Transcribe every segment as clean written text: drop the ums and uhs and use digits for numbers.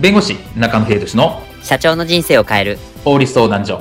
弁護士中野秀俊の社長の人生を変える法律相談所。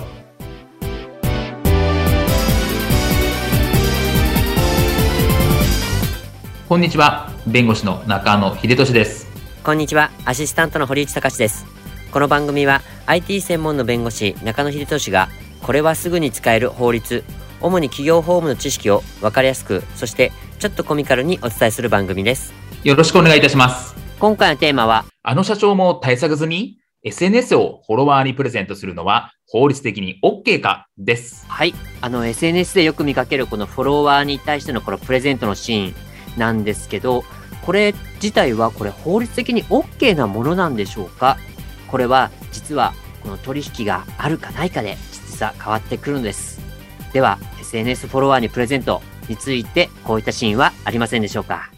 こんにちは、弁護士の中野秀俊です。 こんにちは、アシスタントの堀内隆です。この番組は IT 専門の弁護士中野秀俊がこれはすぐに使える法律、主に企業法務の知識を分かりやすく、そしてちょっとコミカルにお伝えする番組です。 よろしくお願いいたします。 今回のテーマは、 あの社長も対策済み？ SNS をフォロワーにプレゼントするのは法律的に OK かです。 はい、SNS でよく見かけるこのフォロワーに対してのこのプレゼントのシーンなんですけど、これ自体は法律的に OK なものなんでしょうか？これは実はこの取引があるかないかで実は変わってくるんです。では SNS フォロワーにプレゼントについてこういったシーンはありませんでしょうか？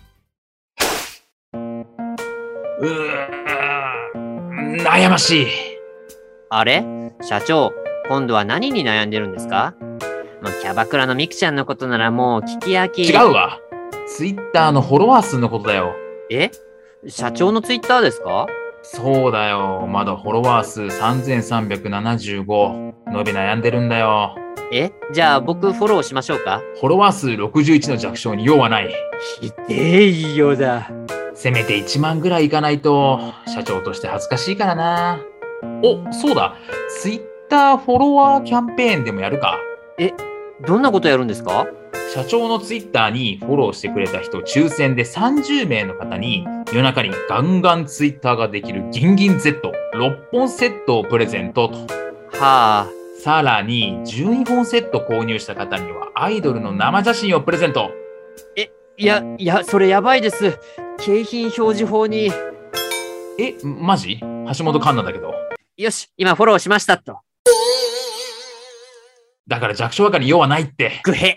悩ましい。 あれ？社長、今度は何に悩んでるんですか？キャバクラのミクちゃんのことならもう聞き飽き。 違うわ。ツイッターのフォロワー数のことだよ。 え？社長のツイッターですか？ そうだよ。まだフォロワー数3375。伸び悩んでるんだよ。 じゃあ僕フォローしましょうか？ フォロワー数61の弱小に用はない。 ひでえようだ。 せめて1万ぐらいいかないと社長として恥ずかしいからな。お、そうだ。ツイッターフォロワーキャンペーンでもやるか。 どんなことやるんですか？ 社長のツイッターにフォローしてくれた人抽選で30名の方に夜中にガンガンツイッターができるギンギン Z6 本セットをプレゼントと。 はあ。 さらに12本セット購入した方にはアイドルの生写真をプレゼント。 いや、それやばいです。景品表示法に。 マジ？橋本環奈だけど。 よし、今フォローしましたと。 だから弱小赤に用はないって。 ぐへ。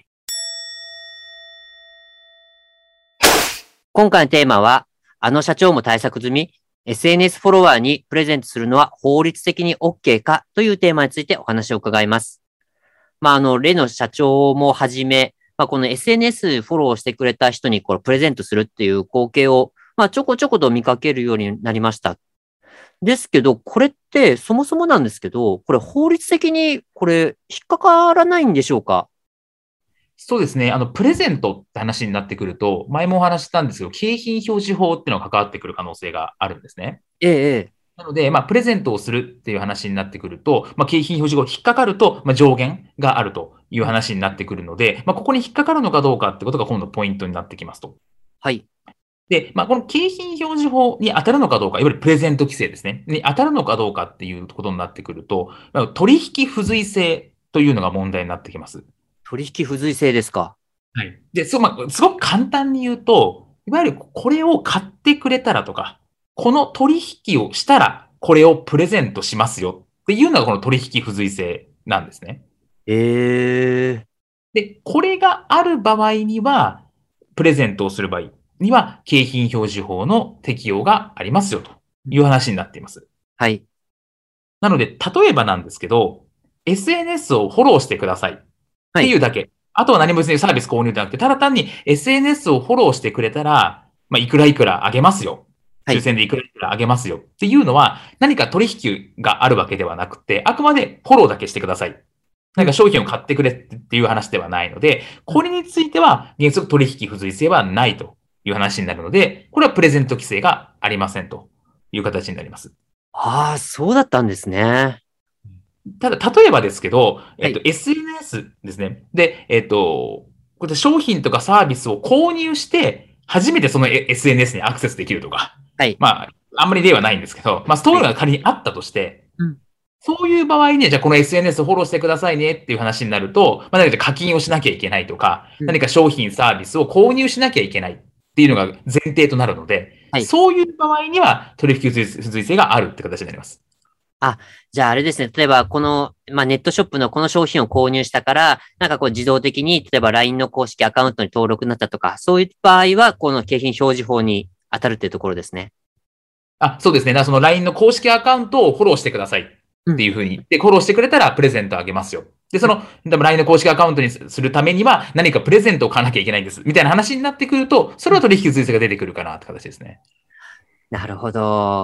今回のテーマは、あの社長も対策済み、SNS フォロワーにプレゼントするのは法律的に OK かというテーマについてお話を伺います。例の社長もはじめ、この SNS フォローしてくれた人にこれプレゼントするっていう光景を、ちょこちょこと見かけるようになりました。ですけど、これってそもそもなんですけど、これ法律的にこれ引っかからないんでしょうか？ そうですね。プレゼントって話になってくると、前もお話ししたんですけど、景品表示法っていうのが関わってくる可能性があるんですね。なので、プレゼントをするっていう話になってくると、景品表示法引っかかると、上限があるという話になってくるので、ここに引っかかるのかどうかってことが今度ポイントになってきますと。 はい。 で、この景品表示法に当たるのかどうか、いわゆるプレゼント規制ですね。に当たるのかどうかっていうことになってくると、取引不随性というのが問題になってきます。 取引不随性ですか？ はい。で、すごく簡単に言うと、いわゆるこれを買ってくれたらとか、この取引をしたらこれをプレゼントしますよっていうのがこの取引不随性なんですね。 で、 これがある場合には、プレゼントをする場合には、景品表示法の適用がありますよという話になっています。 はい。 なので、例えばなんですけど、SNS をフォローしてくださいっていうだけ。あとは何も別にサービス購入じゃなくて、ただ単に SNS をフォローしてくれたら、いくらいくらあげますよ。抽選でいくらいくらあげますよっていうのは、何か取引があるわけではなくて、あくまでフォローだけしてください。何か商品を買ってくれっていう話ではないので、これについては原則取引不随性はないという話になるので、これはプレゼント規制がありませんという形になります。 ああ、そうだったんですね。 ただ、例えばですけど、 はい。 SNS ですね。で、こうやって商品とかサービスを購入して、初めてその SNS にアクセスできるとか。 はい。 あんまり例はないんですけど、そういうのが仮にあったとして、そういう場合に、じゃあこの SNS をフォローしてくださいねっていう話になると、何か課金をしなきゃいけないとか、何か商品サービスを購入しなきゃいけないっていうのが前提となるので、 はい。 そういう場合には取引不随性があるって形になります。 じゃああれですね。例えば、この、ネットショップのこの商品を購入したから、自動的に、例えば LINE の公式アカウントに登録になったとか、そういう場合は、この景品表示法に当たるっていうところですね。 そうですね。その LINE の公式アカウントをフォローしてくださいっていうふうに言って、フォローしてくれたらプレゼントあげますよ。で、でも LINE の公式アカウントにするためには何かプレゼントを買わなきゃいけないんです。みたいな話になってくると、それは取引不随性が出てくるかなって形ですね。 なるほど。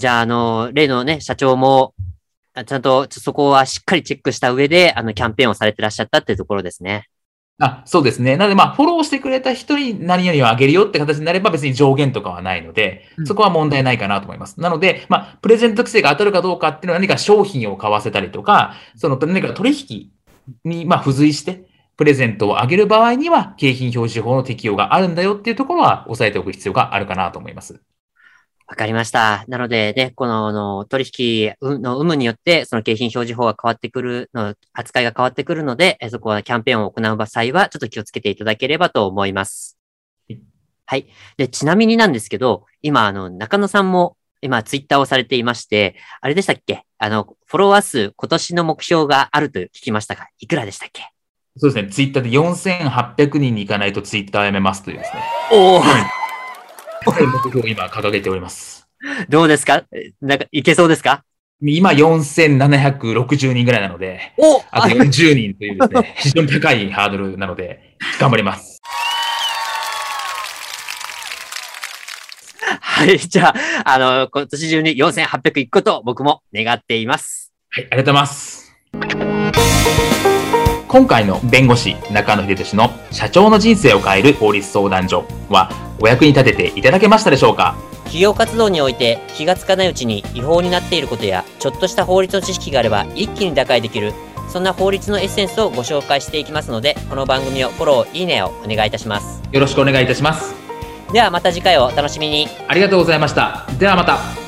じゃあ、例のね、社長も、ちゃんとそこはしっかりチェックした上で、キャンペーンをされてらっしゃったっていうところですね。 そうですね。なので、フォローしてくれた人に何々をあげるよって形になれば別に上限とかはないので、そこは問題ないかなと思います。なので、プレゼント規制が当たるかどうかっていうのは何か商品を買わせたりとか、何か取引に付随して、プレゼントをあげる場合には、景品表示法の適用があるんだよっていうところは押さえておく必要があるかなと思います。 わかりました。なのでね、この、取引の有無によって、その景品表示法が変わってくるの、扱いが変わってくるので、そこはキャンペーンを行う際は、ちょっと気をつけていただければと思います。はい。で、ちなみになんですけど、今、中野さんも、今、ツイッターをされていまして、あれでしたっけ？フォロワー数、今年の目標があると聞きましたが、いくらでしたっけ？ そうですね。ツイッターで4800人に行かないとツイッターやめますというですね。 おー目標を今掲げております。 どうですか？なんか、いけそうですか？ 今4760人ぐらいなので、あと40人というですね、非常に高いハードルなので、頑張ります。 はい。じゃあ、今年中に4800いくことを僕も願っています。 はい、ありがとうございます。今回の弁護士中野秀俊の社長の人生を変える法律相談所はお役に立てていただけましたでしょうか？ 企業活動において気がつかないうちに違法になっていることやちょっとした法律の知識があれば一気に打開できる、そんな法律のエッセンスをご紹介していきますので、この番組をフォロー、いいねをお願いいたします。 よろしくお願いいたします。 ではまた次回をお楽しみに。 ありがとうございました。ではまた。